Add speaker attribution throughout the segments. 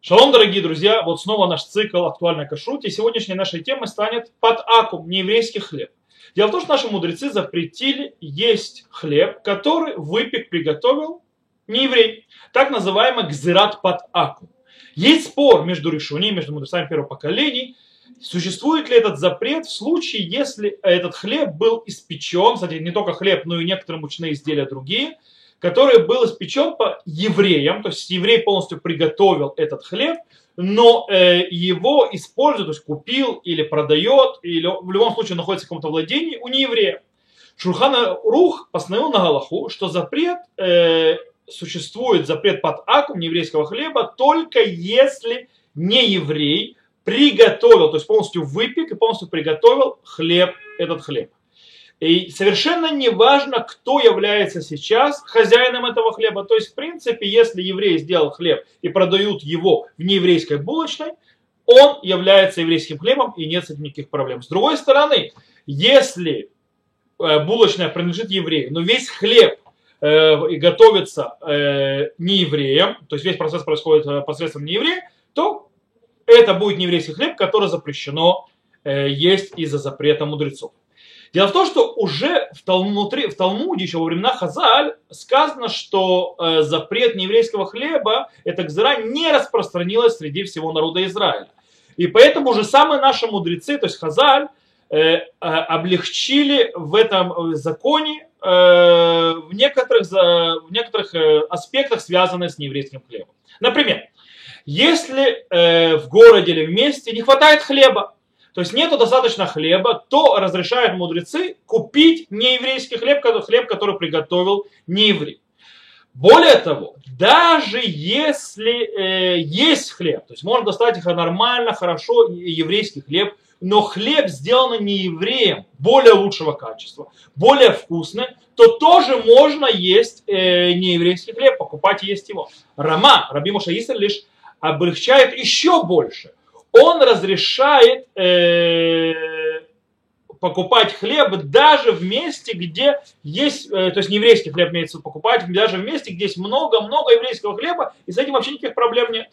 Speaker 1: Шалом, дорогие друзья! Вот снова наш цикл «Актуальной кашрут», и сегодняшней нашей темой станет пат-акум, нееврейский хлеб. Дело в том, что наши мудрецы запретили есть хлеб, который выпек, приготовил нееврей, так называемый гзират пат-акум. Есть спор между решуней, между мудрецами первых поколений, существует ли этот запрет в случае, если этот хлеб был испечен, кстати, не только хлеб, но и некоторые мучные изделия другие, который был испечен по евреям, то есть еврей полностью приготовил этот хлеб, но его использует, то есть купил или продает, или в любом случае находится в каком-то владении у нееврея. Шульхан Арух постановил на Галаху, что запрет, существует запрет пат-акум нееврейского хлеба, только если не еврей приготовил, то есть полностью выпек и полностью приготовил хлеб, этот хлеб. И совершенно не важно, кто является сейчас хозяином этого хлеба. То есть, в принципе, если еврей сделал хлеб и продают его в нееврейской булочной, он является еврейским хлебом и нет с этим никаких проблем. С другой стороны, если булочная принадлежит еврею, но весь хлеб готовится не евреем, то есть весь процесс происходит посредством нееврея, то это будет нееврейский хлеб, который запрещено есть из-за запрета мудрецов. Дело в том, что уже в Талмуде, еще во времена Хазаль, сказано, что запрет нееврейского хлеба, эта гзира, не распространилась среди всего народа Израиля. И поэтому уже самые наши мудрецы, то есть Хазаль, облегчили в этом законе в некоторых аспектах, связанных с нееврейским хлебом. Например, если в городе или в месте не хватает хлеба, то есть нету достаточно хлеба, то разрешают мудрецы купить нееврейский хлеб, который приготовил нееврей. Более того, даже если есть хлеб, то есть можно достать их нормально, хорошо, еврейский хлеб, но хлеб сделан не евреем, более лучшего качества, более вкусный, то тоже можно есть нееврейский хлеб, покупать и есть его. Раби Моше Иссель лишь облегчает еще больше. Он разрешает покупать хлеб даже в месте, где есть, то есть не еврейский хлеб имеется покупать, даже в месте, где есть много-много еврейского хлеба, и с этим вообще никаких проблем нет.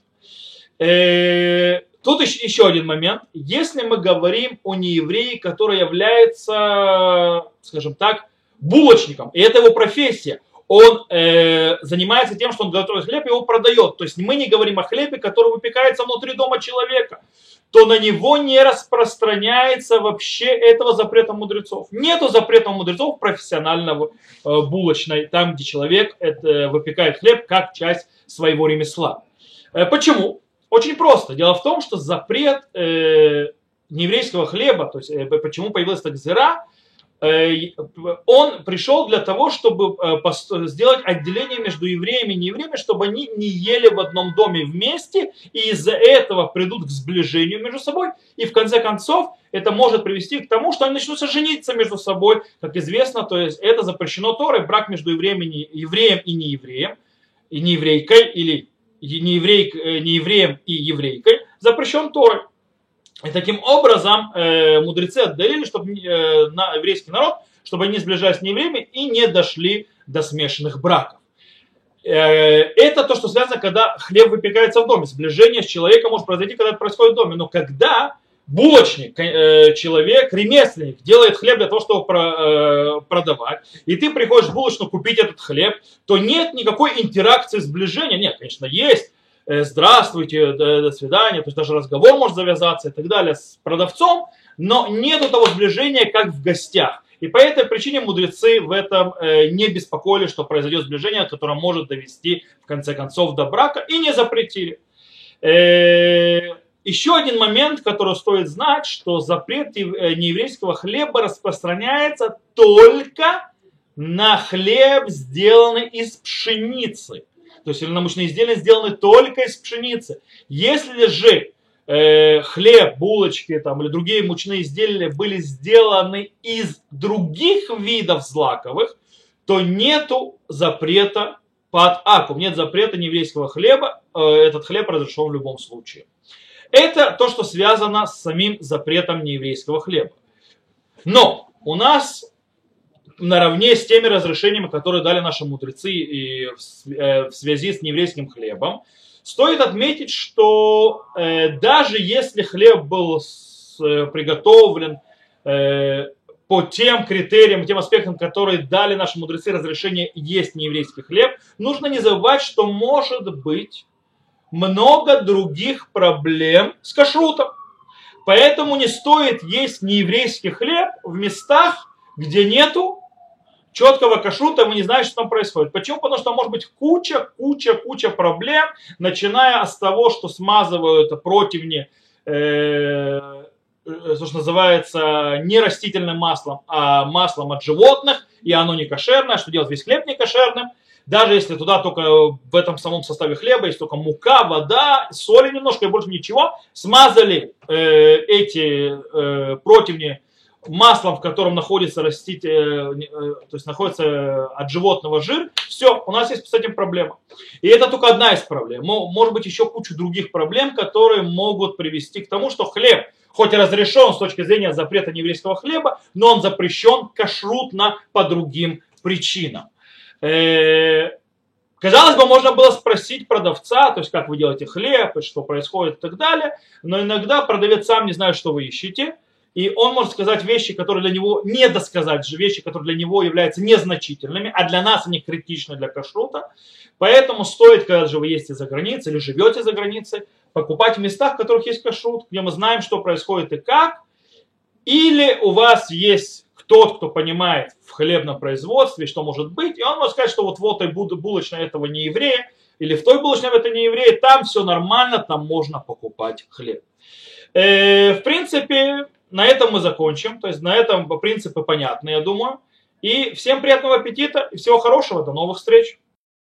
Speaker 1: Тут еще один момент. Если мы говорим о нееврее, который является, скажем так, булочником, и это его профессия, он занимается тем, что он готовит хлеб и его продает. То есть мы не говорим о хлебе, который выпекается внутри дома человека, то на него не распространяется вообще этого запрета мудрецов. Нету запрета мудрецов профессионального булочной, там, где человек выпекает хлеб как часть своего ремесла. Почему? Очень просто. Дело в том, что запрет нееврейского хлеба, то есть почему появилась эта гзира, он пришел для того, чтобы сделать отделение между евреями и неевреями, чтобы они не ели в одном доме вместе, и из-за этого придут к сближению между собой, и в конце концов это может привести к тому, что они начнут жениться между собой, как известно, то есть это запрещено Торой, брак между евреем и неевреем, и нееврейкой, или неевреем и еврейкой, запрещен Торой. И таким образом мудрецы отдалили, чтобы на еврейский народ, чтобы они сближались с неевреями и не дошли до смешанных браков. Это то, что связано, когда хлеб выпекается в доме. Сближение с человеком может произойти, когда это происходит в доме. Но когда булочник, человек, ремесленник делает хлеб для того, чтобы продавать, и ты приходишь в булочную купить этот хлеб, то нет никакой интеракции, сближения. Нет, конечно, есть. Здравствуйте, до свидания, то есть даже разговор может завязаться и так далее с продавцом, но нету того сближения, как в гостях. И по этой причине мудрецы в этом не беспокоились, что произойдет сближение, которое может довести в конце концов до брака, и не запретили. Еще один момент, который стоит знать, что запрет нееврейского хлеба распространяется только на хлеб, сделанный из пшеницы. То есть мучные изделия сделаны только из пшеницы. Если же хлеб, булочки там, или другие мучные изделия были сделаны из других видов злаковых, то нету запрета пат-акум, нет запрета нееврейского хлеба, этот хлеб разрешен в любом случае. Это то, что связано с самим запретом нееврейского хлеба. Но у нас наравне с теми разрешениями, которые дали наши мудрецы и в связи с нееврейским хлебом, Стоит отметить, что даже если хлеб был приготовлен по тем критериям, тем аспектам, которые дали наши мудрецы разрешение есть нееврейский хлеб, нужно не забывать, что может быть много других проблем с кашрутом. Поэтому не стоит есть нееврейский хлеб в местах, где нету четкого кашрута, мы не знаем, что там происходит. Почему? Потому что может быть куча проблем, начиная с того, что смазывают противни, то, что называется, не растительным маслом, а маслом от животных, и оно не кошерное, что делать весь хлеб не кошерным. Даже если туда только в этом самом составе хлеба есть только мука, вода, соли немножко и больше ничего, смазали эти противни маслом, в котором находится то есть находится от животного жир, все, у нас есть с этим проблема. И это только одна из проблем. Может быть еще куча других проблем, которые могут привести к тому, что хлеб, хоть и разрешен с точки зрения запрета нееврейского хлеба, но он запрещен кашрутно по другим причинам. Казалось бы, можно было спросить продавца, то есть как вы делаете хлеб, и что происходит и так далее, но иногда продавец сам не знает, что вы ищете, и он может сказать вещи, которые для него, не досказать же вещи, которые для него являются незначительными, а для нас они критичны для кашрута. Поэтому стоит, когда же вы едете за границей или живете за границей, покупать в местах, в которых есть кашрут, где мы знаем, что происходит и как. Или у вас есть тот, кто понимает в хлебном производстве, что может быть, и он может сказать, что вот в этой булочной этого не еврея, или в той булочной это не еврея, там все нормально, там можно покупать хлеб. В принципе, на этом мы закончим. То есть на этом принципы понятны, я думаю. И всем приятного аппетита и всего хорошего. До новых встреч.